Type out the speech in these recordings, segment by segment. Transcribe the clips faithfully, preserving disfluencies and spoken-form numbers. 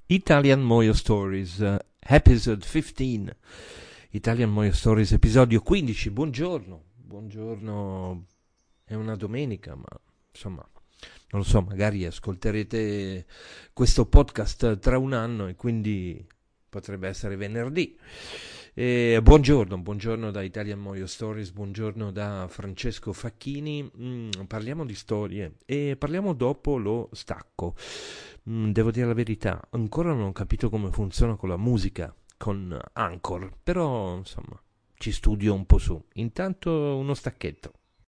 Italian Moyo Stories, uh, episode quindici. Italian Moyo Stories, episodio quindici. Buongiorno, buongiorno. È una domenica, ma insomma, non lo so, magari ascolterete questo podcast tra un anno e quindi potrebbe essere venerdì. E buongiorno, buongiorno da Italian Moyo Stories, buongiorno da Francesco Facchini. Mm, parliamo di storie e parliamo dopo lo stacco. Mm, devo dire la verità, ancora non ho capito come funziona con la musica, con Anchor, però insomma ci studio un po' su. Intanto uno stacchetto.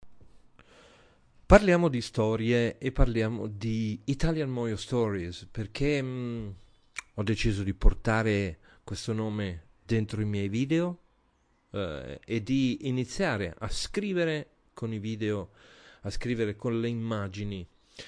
Parliamo di storie e parliamo di Italian Moyo Stories perché mm, ho deciso di portare questo nome dentro i miei video eh, e di iniziare a scrivere con i video, a scrivere con le immagini,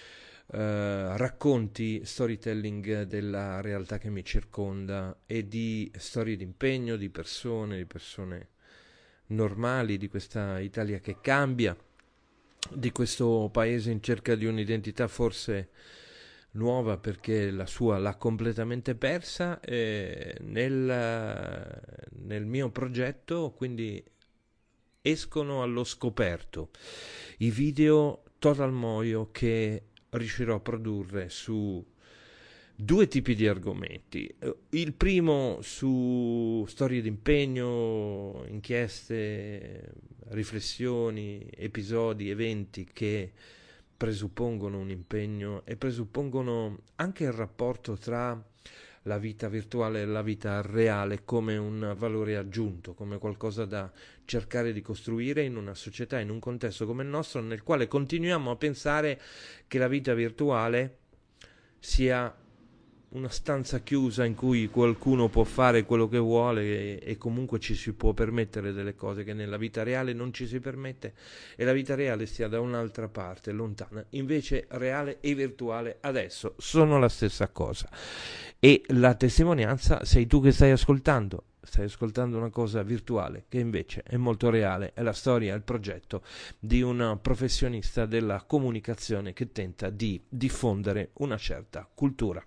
eh, racconti, storytelling della realtà che mi circonda e di storie di impegno, di persone, di persone normali, di questa Italia che cambia, di questo paese in cerca di un'identità forse nuova perché la sua l'ha completamente persa eh, nel, nel mio progetto, quindi escono allo scoperto i video Total Moyo che riuscirò a produrre su due tipi di argomenti. Il primo su storie d'impegno, inchieste, riflessioni, episodi, eventi che presuppongono un impegno e presuppongono anche il rapporto tra la vita virtuale e la vita reale come un valore aggiunto, come qualcosa da cercare di costruire in una società, in un contesto come il nostro, nel quale continuiamo a pensare che la vita virtuale sia una stanza chiusa in cui qualcuno può fare quello che vuole e, e comunque ci si può permettere delle cose che nella vita reale non ci si permette e la vita reale stia da un'altra parte, lontana. Invece reale e virtuale adesso sono la stessa cosa e la testimonianza sei tu che stai ascoltando. Stai ascoltando una cosa virtuale che invece è molto reale, è la storia, è il progetto di un professionista della comunicazione che tenta di diffondere una certa cultura.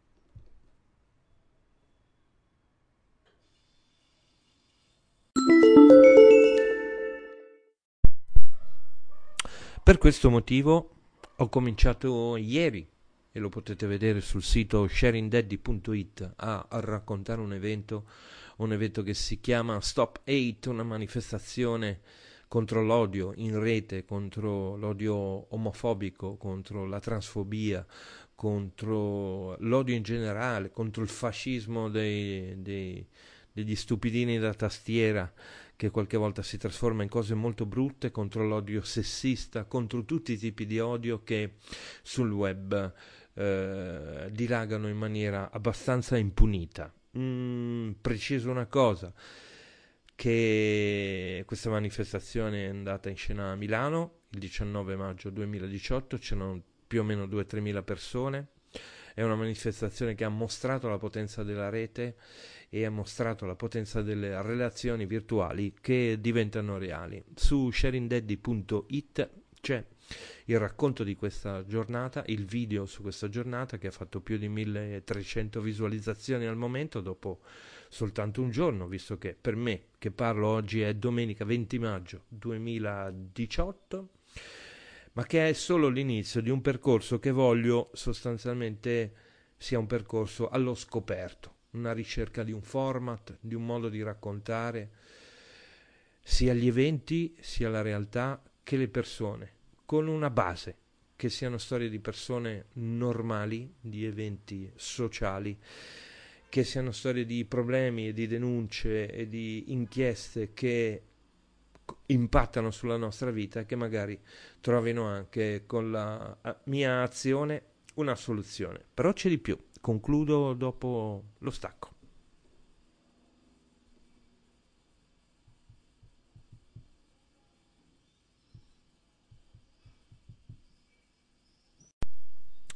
Per questo motivo ho cominciato ieri, e lo potete vedere sul sito sharing daddy punto it, a, a raccontare un evento, un evento che si chiama Stop Hate, una manifestazione contro l'odio in rete, contro l'odio omofobico, contro la transfobia, contro l'odio in generale, contro il fascismo dei, dei, degli stupidini da tastiera che qualche volta si trasforma in cose molto brutte, contro l'odio sessista, contro tutti i tipi di odio che sul web eh, dilagano in maniera abbastanza impunita. Mm, preciso una cosa, che questa manifestazione è andata in scena a Milano il diciannove maggio duemiladiciotto, c'erano più o meno due o tre mila persone. È una manifestazione che ha mostrato la potenza della rete e ha mostrato la potenza delle relazioni virtuali che diventano reali. Su sharing daddy punto it c'è il racconto di questa giornata, il video su questa giornata che ha fatto più di milletrecento visualizzazioni al momento dopo soltanto un giorno, visto che per me che parlo oggi è domenica venti maggio duemiladiciotto, ma che è solo l'inizio di un percorso che voglio sostanzialmente sia un percorso allo scoperto, una ricerca di un format, di un modo di raccontare sia gli eventi, sia la realtà che le persone, con una base, che siano storie di persone normali, di eventi sociali, che siano storie di problemi e di denunce e di inchieste che impattano sulla nostra vita e che magari trovino anche con la mia azione una soluzione. Però c'è di più. Concludo dopo lo stacco.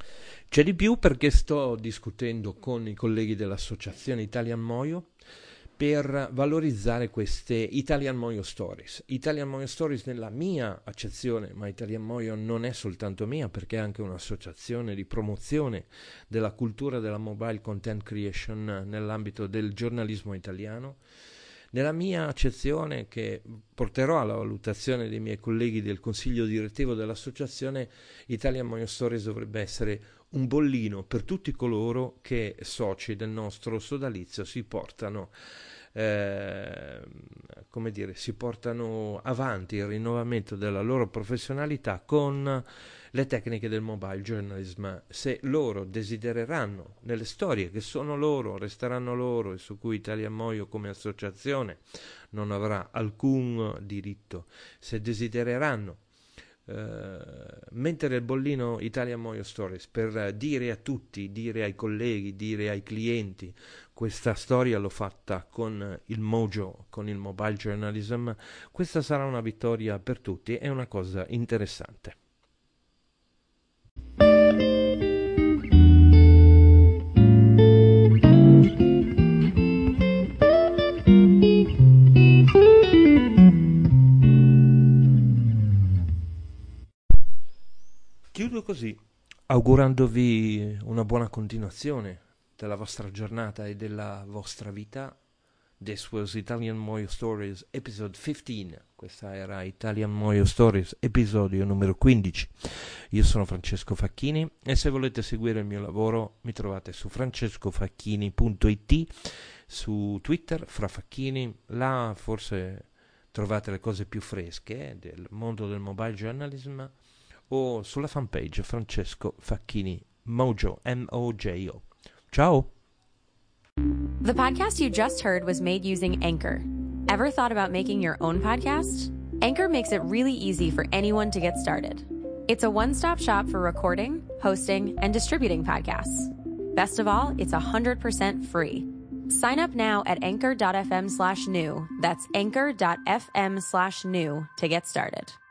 C'è di più perché sto discutendo con i colleghi dell'associazione Italian Moyo per valorizzare queste Italian Moyo Stories. Italian Moyo Stories nella mia accezione, ma Italian Moyo non è soltanto mia, perché è anche un'associazione di promozione della cultura della mobile content creation nell'ambito del giornalismo italiano. Nella mia accezione, che porterò alla valutazione dei miei colleghi del consiglio direttivo dell'associazione, Italian Moyo Stories dovrebbe essere un bollino per tutti coloro che, soci del nostro sodalizio, si portano eh, come dire, si portano avanti il rinnovamento della loro professionalità con le tecniche del mobile journalism. Se loro desidereranno, nelle storie che sono loro, resteranno loro e su cui Italian Moyo come associazione non avrà alcun diritto, se desidereranno Uh, mettere il bollino Italian Moyo Stories per dire a tutti, dire ai colleghi, dire ai clienti: questa storia l'ho fatta con il Mojo, con il mobile journalism, questa sarà una vittoria per tutti, è una cosa interessante. Chiudo così, augurandovi una buona continuazione della vostra giornata e della vostra vita. This was Italian Moyo Stories episode fifteen. Questa era Italian Moyo Stories episodio numero quindici. Io sono Francesco Facchini e se volete seguire il mio lavoro mi trovate su francescofacchini punto it, su Twitter Fra Facchini. Là forse trovate le cose più fresche eh, del mondo del mobile journalism, o sulla fanpage Francesco Facchini Mojo, M O J O. Ciao! The podcast you just heard was made using Anchor. Ever thought about making your own podcast? Anchor makes it really easy for anyone to get started. It's a one-stop shop for recording, hosting, and distributing podcasts. Best of all, it's one hundred percent free. Sign up now at anchor.fm slash new. That's anchor.fm slash new to get started.